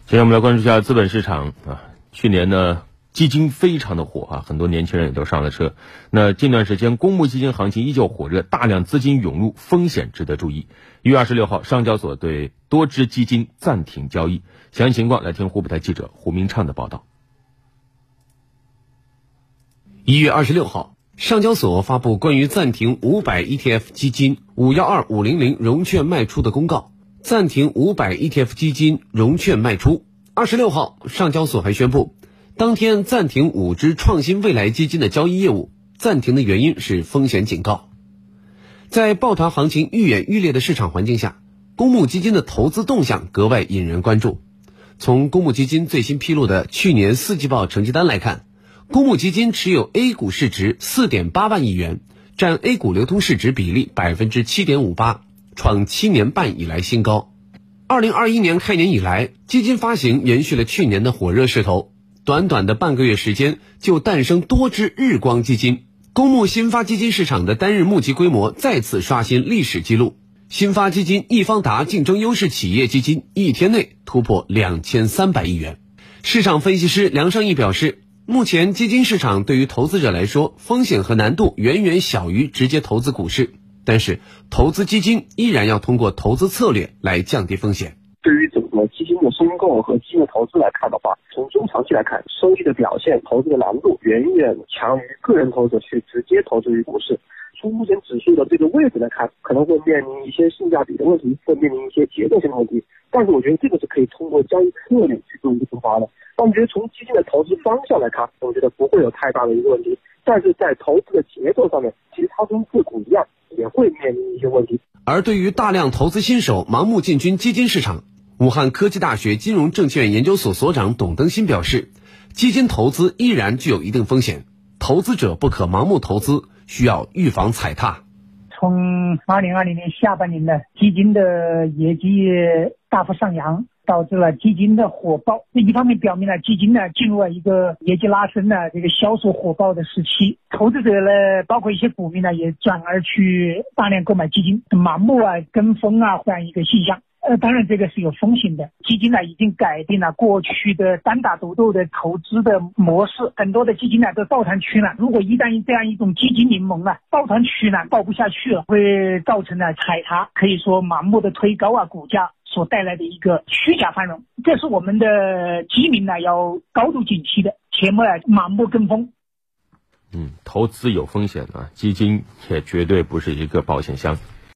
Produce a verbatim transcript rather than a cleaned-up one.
接下来我们来关注一下资本市场啊。去年呢，基金非常的火啊，很多年轻人也都上了车。那近段时间公募基金行情依旧火热，大量资金涌入，风险值得注意。一月二十六号，上交所对多只基金暂停交易。详细情况来听湖北台记者胡明畅的报道。 一月二十六号，上交所发布关于暂停五百 E T F 基金五一二五零零融券卖出的公告，暂停五百 E T F 基金融券卖出。二十六号，上交所还宣布，当天暂停五只创新未来基金的交易业务，暂停的原因是风险警告。在抱团行情愈演愈烈的市场环境下，公募基金的投资动向格外引人关注。从公募基金最新披露的去年四季报成绩单来看，公募基金持有 A 股市值 四点八万亿元，占 A 股流通市值比例 百分之七点五八， 创七年半以来新高。二零二一年开年以来，基金发行延续了去年的火热势头，短短的半个月时间就诞生多只日光基金，公募新发基金市场的单日募集规模再次刷新历史纪录。新发基金易方达竞争优势企业基金一天内突破两千三百亿元。市场分析师梁尚义表示，目前基金市场对于投资者来说，风险和难度远远小于直接投资股市，但是投资基金依然要通过投资策略来降低风险。 对于整个基金的申购和基金的投资来看的话，从中长期来看，收益的表现、投资的难度远远强于个人投资者去直接投资于股市。从目前指数的这个位置来看，可能会面临一些性价比的问题，会面临一些结构性的问题，但是我觉得这个是可以通过交易策略去做一个出发的。但我觉得从基金的投资方向来看，我觉得不会有太大的一个问题，但是在投资的节奏上面，其实它跟个股一样，也会面临一些问题。 而对于大量投资新手盲目进军基金市场，武汉科技大学金融证券研究所所长董登新表示，基金投资依然具有一定风险，投资者不可盲目投资，需要预防踩踏。 从二零二零年下半年的基金的业绩大幅上扬，导致了基金的火爆。这一方面表明了基金呢进入了一个业绩拉升的这个销售火爆的时期，投资者呢包括一些股民呢也转而去大量购买基金，盲目啊跟风啊这样一个现象。呃，当然这个是有风险的。基金呢已经改变了过去的单打独斗的投资的模式，很多的基金呢都抱团取暖。如果一旦这样一种基金联盟啊抱团取暖抱不下去了，会造成了踩踏，可以说盲目的推高啊股价所带来的一个虚假繁荣。这是我们的基民呢要高度警惕的，切莫盲目跟风。 嗯，投资有风险啊，基金也绝对不是一个保险箱。